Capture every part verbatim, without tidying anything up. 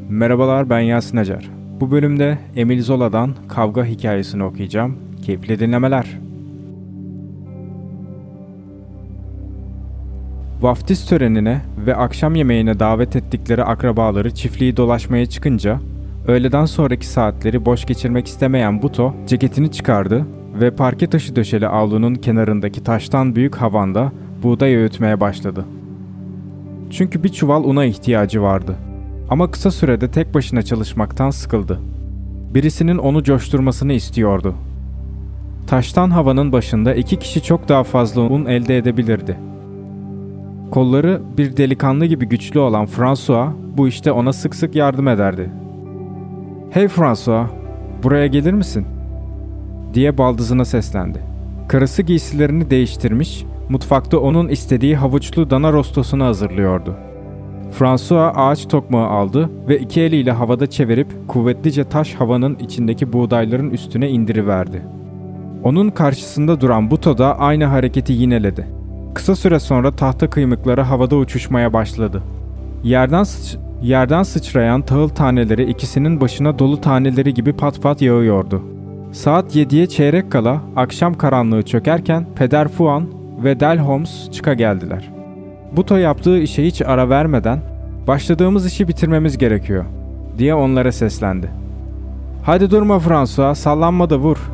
Merhabalar, ben Yasin Acar. Bu bölümde Emile Zola'dan Kavga hikayesini okuyacağım. Keyifli dinlemeler. Vaftiz törenine ve akşam yemeğine davet ettikleri akrabaları çiftliği dolaşmaya çıkınca, öğleden sonraki saatleri boş geçirmek istemeyen Buto, ceketini çıkardı ve parke taşı döşeli avlunun kenarındaki taştan büyük havanda buğday öğütmeye başladı. Çünkü bir çuval una ihtiyacı vardı. Ama kısa sürede tek başına çalışmaktan sıkıldı. Birisinin onu coşturmasını istiyordu. Taştan havanın başında iki kişi çok daha fazla un elde edebilirdi. Kolları bir delikanlı gibi güçlü olan François bu işte ona sık sık yardım ederdi. "Hey François, buraya gelir misin?" diye baldızına seslendi. Karısı giysilerini değiştirmiş, mutfakta onun istediği havuçlu dana rostosunu hazırlıyordu. François ağaç tokmağı aldı ve iki eliyle havada çevirip kuvvetlice taş havanın içindeki buğdayların üstüne indiriverdi. Onun karşısında duran Buto da aynı hareketi yineledi. Kısa süre sonra tahta kıymıkları havada uçuşmaya başladı. Yerden sıç yerden sıçrayan tahıl taneleri ikisinin başına dolu taneleri gibi pat pat yağıyordu. Saat yediye çeyrek kala akşam karanlığı çökerken Peder Fouan ve Del Holmes çıka geldiler. Buto yaptığı işe hiç ara vermeden "Başladığımız işi bitirmemiz gerekiyor," diye onlara seslendi. "Hadi durma François, sallanma da vur."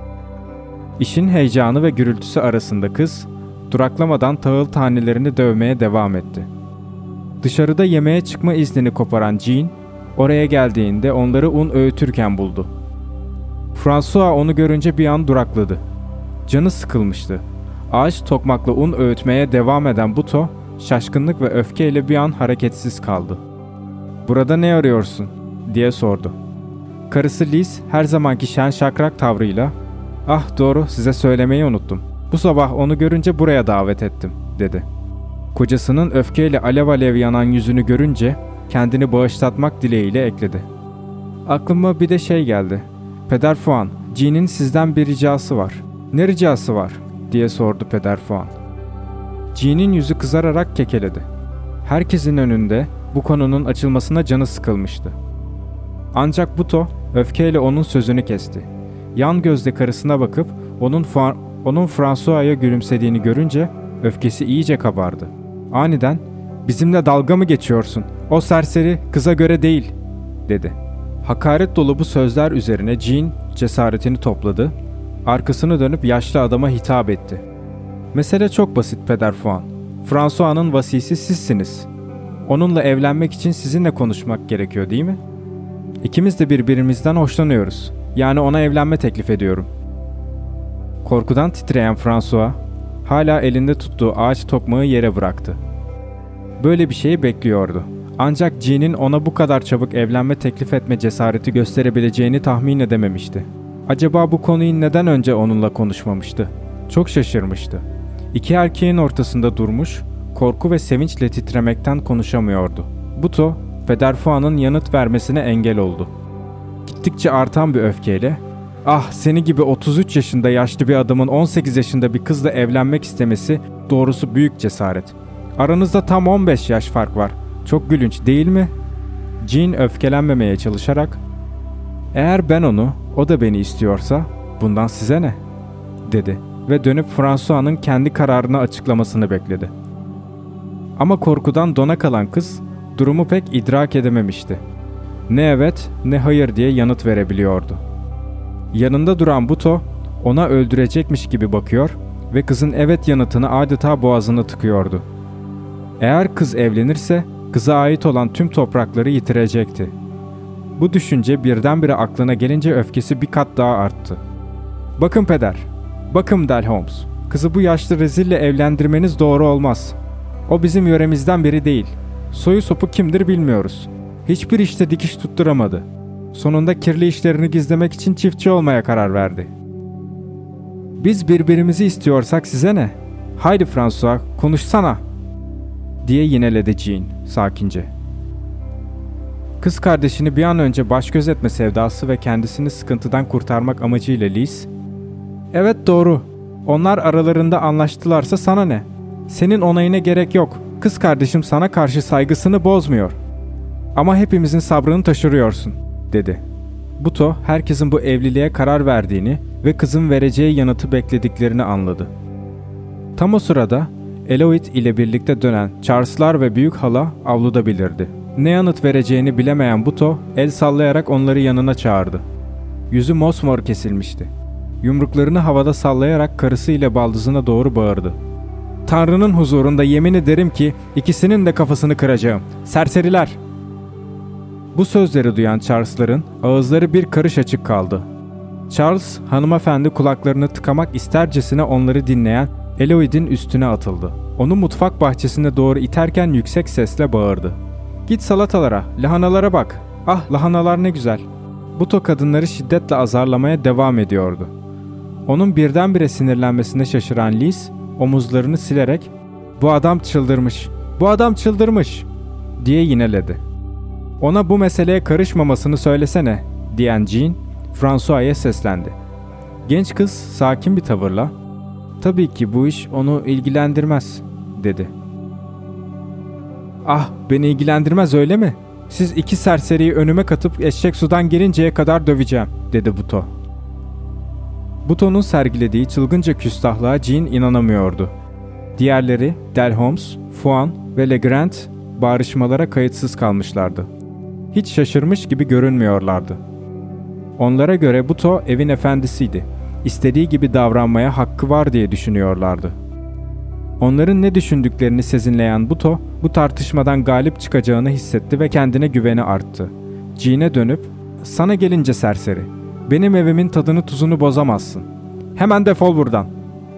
İşin heyecanı ve gürültüsü arasında kız duraklamadan tahıl tanelerini dövmeye devam etti. Dışarıda yemeğe çıkma iznini koparan Jean oraya geldiğinde onları un öğütürken buldu. François onu görünce bir an durakladı. Canı sıkılmıştı. Ağaç tokmakla un öğütmeye devam eden Buto şaşkınlık ve öfkeyle bir an hareketsiz kaldı. "Burada ne arıyorsun?" diye sordu. Karısı Liz her zamanki şen şakrak tavrıyla "Ah doğru, size söylemeyi unuttum. Bu sabah onu görünce buraya davet ettim," dedi. Kocasının öfkeyle alev alev yanan yüzünü görünce kendini bağışlatmak dileğiyle ekledi. "Aklıma bir de şey geldi. Peder Fouan, Jean'in sizden bir ricası var." "Ne ricası var?" diye sordu Peder Fouan. Jean'in yüzü kızararak kekeledi. Herkesin önünde bu konunun açılmasına canı sıkılmıştı. Ancak Buto öfkeyle onun sözünü kesti. Yan gözle karısına bakıp onun fa- onun François'a gülümsediğini görünce öfkesi iyice kabardı. Aniden "Bizimle dalga mı geçiyorsun? O serseri kıza göre değil," dedi. Hakaret dolu bu sözler üzerine Jean cesaretini topladı, arkasını dönüp yaşlı adama hitap etti. "Mesele çok basit Peder Fouan. François'nın vasisi sizsiniz. Onunla evlenmek için sizinle konuşmak gerekiyor, değil mi? İkimiz de birbirimizden hoşlanıyoruz. Yani ona evlenme teklif ediyorum." Korkudan titreyen François hala elinde tuttuğu ağaç tokmağı yere bıraktı. Böyle bir şeyi bekliyordu. Ancak Jean'in ona bu kadar çabuk evlenme teklif etme cesareti gösterebileceğini tahmin edememişti. Acaba bu konuyu neden önce onunla konuşmamıştı? Çok şaşırmıştı. İki erkeğin ortasında durmuş, korku ve sevinçle titremekten konuşamıyordu. Buto, Peder Fouan'ın yanıt vermesine engel oldu. Gittikçe artan bir öfkeyle, "Ah, seni gibi otuz üç yaşında yaşlı bir adamın on sekiz yaşında bir kızla evlenmek istemesi doğrusu büyük cesaret. Aranızda tam on beş yaş fark var. Çok gülünç değil mi?" Jean öfkelenmemeye çalışarak, "Eğer ben onu, o da beni istiyorsa bundan size ne?" dedi ve dönüp François'nın kendi kararını açıklamasını bekledi. Ama korkudan dona kalan kız durumu pek idrak edememişti. Ne evet ne hayır diye yanıt verebiliyordu. Yanında duran Buto ona öldürecekmiş gibi bakıyor ve kızın evet yanıtını adeta boğazına tıkıyordu. Eğer kız evlenirse kıza ait olan tüm toprakları yitirecekti. Bu düşünce birdenbire aklına gelince öfkesi bir kat daha arttı. "Bakın peder, bakın Del Holmes, kızı bu yaşlı rezille evlendirmeniz doğru olmaz. O bizim yöremizden biri değil. Soyu sopu kimdir bilmiyoruz. Hiçbir işte dikiş tutturamadı. Sonunda kirli işlerini gizlemek için çiftçi olmaya karar verdi. Biz birbirimizi istiyorsak size ne? Haydi François, konuşsana," diye yineledi Jean sakince. Kız kardeşini bir an önce baş göz etme sevdası ve kendisini sıkıntıdan kurtarmak amacıyla Liz, "Evet doğru. Onlar aralarında anlaştılarsa sana ne? Senin onayına gerek yok. Kız kardeşim sana karşı saygısını bozmuyor," Ama hepimizin sabrını taşırıyorsun, dedi. Buto, herkesin bu evliliğe karar verdiğini ve kızın vereceği yanıtı beklediklerini anladı. Tam o sırada Eloit ile birlikte dönen Charles'lar ve büyük hala avluda belirdi. Ne yanıt vereceğini bilemeyen Buto, el sallayarak onları yanına çağırdı. Yüzü mosmor kesilmişti. Yumruklarını havada sallayarak karısı ile baldızına doğru bağırdı. Tanrı'nın huzurunda yemin ederim ki ikisinin de kafasını kıracağım. Serseriler! Bu sözleri duyan Charles'ların ağızları bir karış açık kaldı. Charles, hanımefendi kulaklarını tıkamak istercesine onları dinleyen Eloid'in üstüne atıldı. Onu mutfak bahçesine doğru iterken yüksek sesle bağırdı. Git salatalara, lahanalara bak. Ah, lahanalar ne güzel. Buto kadınları şiddetle azarlamaya devam ediyordu. Onun birdenbire sinirlenmesine şaşıran Liz, omuzlarını silerek "Bu adam çıldırmış, bu adam çıldırmış!" diye yineledi. "Ona bu meseleye karışmamasını söylesene," diyen Jean, François'ya seslendi. Genç kız sakin bir tavırla, "Tabii ki bu iş onu ilgilendirmez," dedi. "Ah, beni ilgilendirmez öyle mi? Siz iki serseriyi önüme katıp eşek sudan gelinceye kadar döveceğim," dedi Buto. Buto'nun sergilediği çılgınca küstahlığa Jean inanamıyordu. Diğerleri, Delholmes, Fouan ve Legrand bağrışmalara kayıtsız kalmışlardı. Hiç şaşırmış gibi görünmüyorlardı. Onlara göre Buto evin efendisiydi. İstediği gibi davranmaya hakkı var diye düşünüyorlardı. Onların ne düşündüklerini sezinleyen Buto, bu tartışmadan galip çıkacağını hissetti ve kendine güveni arttı. Jean'e dönüp, "Sana gelince serseri, benim evimin tadını tuzunu bozamazsın. Hemen defol buradan."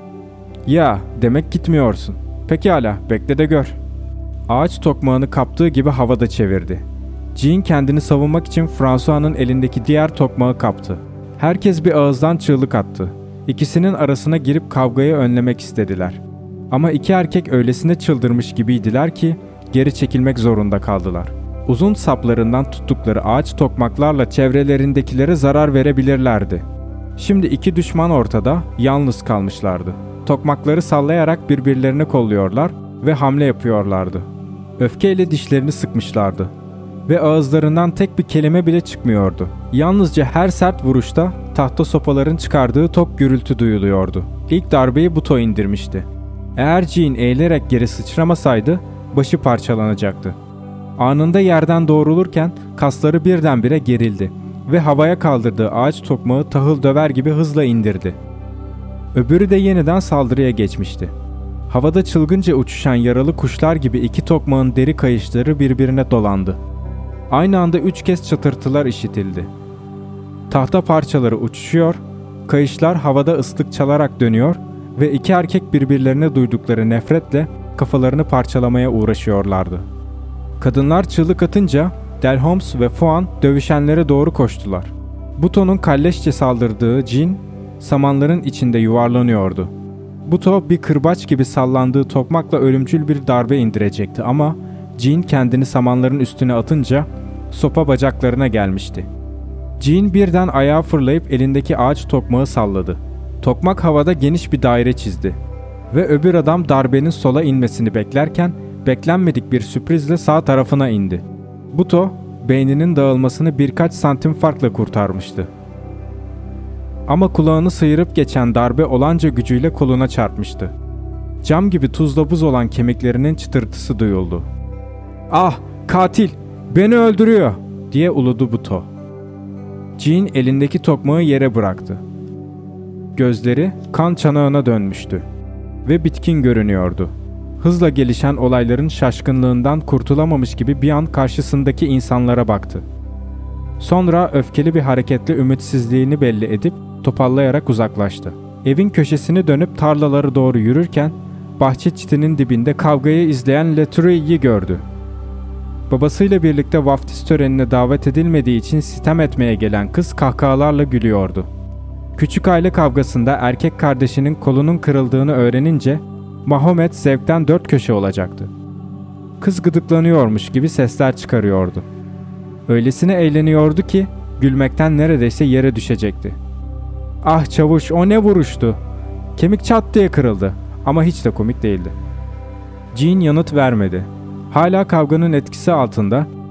"Ya, demek gitmiyorsun. Pekala, bekle de gör." Ağaç tokmağını kaptığı gibi havada çevirdi. Jean kendini savunmak için François'nın elindeki diğer tokmağı kaptı. Herkes bir ağızdan çığlık attı. İkisinin arasına girip kavgayı önlemek istediler. Ama iki erkek öylesine çıldırmış gibiydiler ki geri çekilmek zorunda kaldılar. Uzun saplarından tuttukları ağaç tokmaklarla çevrelerindekilere zarar verebilirlerdi. Şimdi iki düşman ortada, yalnız kalmışlardı. Tokmakları sallayarak birbirlerini kolluyorlar ve hamle yapıyorlardı. Öfkeyle dişlerini sıkmışlardı. Ve ağızlarından tek bir kelime bile çıkmıyordu. Yalnızca her sert vuruşta tahta sopaların çıkardığı tok gürültü duyuluyordu. İlk darbeyi Buto indirmişti. Eğer Jean eğilerek geri sıçramasaydı başı parçalanacaktı. Anında yerden doğrulurken kasları birdenbire gerildi ve havaya kaldırdığı ağaç tokmağı tahıl döver gibi hızla indirdi. Öbürü de yeniden saldırıya geçmişti. Havada çılgınca uçuşan yaralı kuşlar gibi iki tokmağın deri kayışları birbirine dolandı. Aynı anda üç kez çatırtılar işitildi. Tahta parçaları uçuşuyor, kayışlar havada ıslık çalarak dönüyor ve iki erkek birbirlerine duydukları nefretle kafalarını parçalamaya uğraşıyorlardı. Kadınlar çığlık atınca Delholmes ve Fouan dövüşenlere doğru koştular. Buto'nun kalleşçe saldırdığı Jean, samanların içinde yuvarlanıyordu. Buto bir kırbaç gibi sallandığı tokmakla ölümcül bir darbe indirecekti ama Jean kendini samanların üstüne atınca sopa bacaklarına gelmişti. Jean birden ayağa fırlayıp elindeki ağaç tokmağı salladı. Tokmak havada geniş bir daire çizdi ve öbür adam darbenin sola inmesini beklerken beklenmedik bir sürprizle sağ tarafına indi. Buto, beyninin dağılmasını birkaç santim farkla kurtarmıştı. Ama kulağını sıyırıp geçen darbe olanca gücüyle koluna çarpmıştı. Cam gibi tuzla buz olan kemiklerinin çıtırtısı duyuldu. "Ah, katil! Beni öldürüyor!" diye uludu Buto. Jean elindeki tokmağı yere bıraktı. Gözleri kan çanağına dönmüştü ve bitkin görünüyordu. Hızla gelişen olayların şaşkınlığından kurtulamamış gibi bir an karşısındaki insanlara baktı. Sonra öfkeli bir hareketle ümitsizliğini belli edip topallayarak uzaklaştı. Evin köşesini dönüp tarlalara doğru yürürken bahçe çitinin dibinde kavgayı izleyen Letrue'yi gördü. Babasıyla birlikte vaftiz törenine davet edilmediği için sitem etmeye gelen kız kahkahalarla gülüyordu. Küçük aile kavgasında erkek kardeşinin kolunun kırıldığını öğrenince Mahomet zevkten dört köşe olacaktı. Kız gıdıklanıyormuş gibi sesler çıkarıyordu. Öylesine eğleniyordu ki gülmekten neredeyse yere düşecekti. "Ah çavuş, o ne vuruştu? Kemik çat diye kırıldı ama hiç de komik değildi." Jean yanıt vermedi. Hala kavganın etkisi altında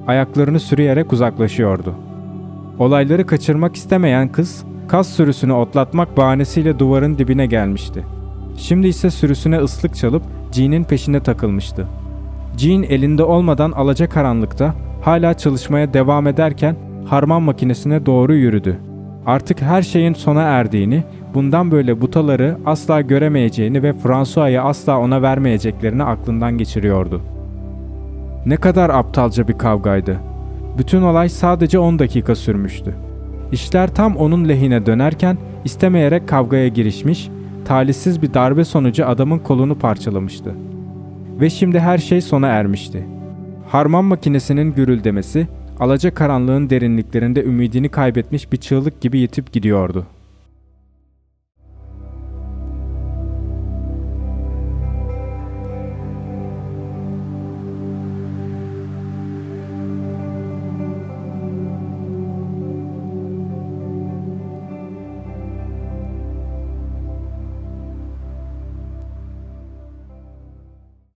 ayaklarını sürüyerek uzaklaşıyordu. Olayları kaçırmak istemeyen kız, kas sürüsünü otlatmak bahanesiyle duvarın dibine gelmişti. Şimdi ise sürüsüne ıslık çalıp Jean'in peşine takılmıştı. Jean elinde olmadan alacakaranlıkta hala çalışmaya devam ederken harman makinesine doğru yürüdü. Artık her şeyin sona erdiğini, bundan böyle butaları asla göremeyeceğini ve François'yı asla ona vermeyeceklerini aklından geçiriyordu. Ne kadar aptalca bir kavgaydı. Bütün olay sadece on dakika sürmüştü. İşler tam onun lehine dönerken istemeyerek kavgaya girişmiş, talihsiz bir darbe sonucu adamın kolunu parçalamıştı. Ve şimdi her şey sona ermişti. Harman makinesinin gürüldemesi, alacakaranlığın derinliklerinde ümidini kaybetmiş bir çığlık gibi yitip gidiyordu.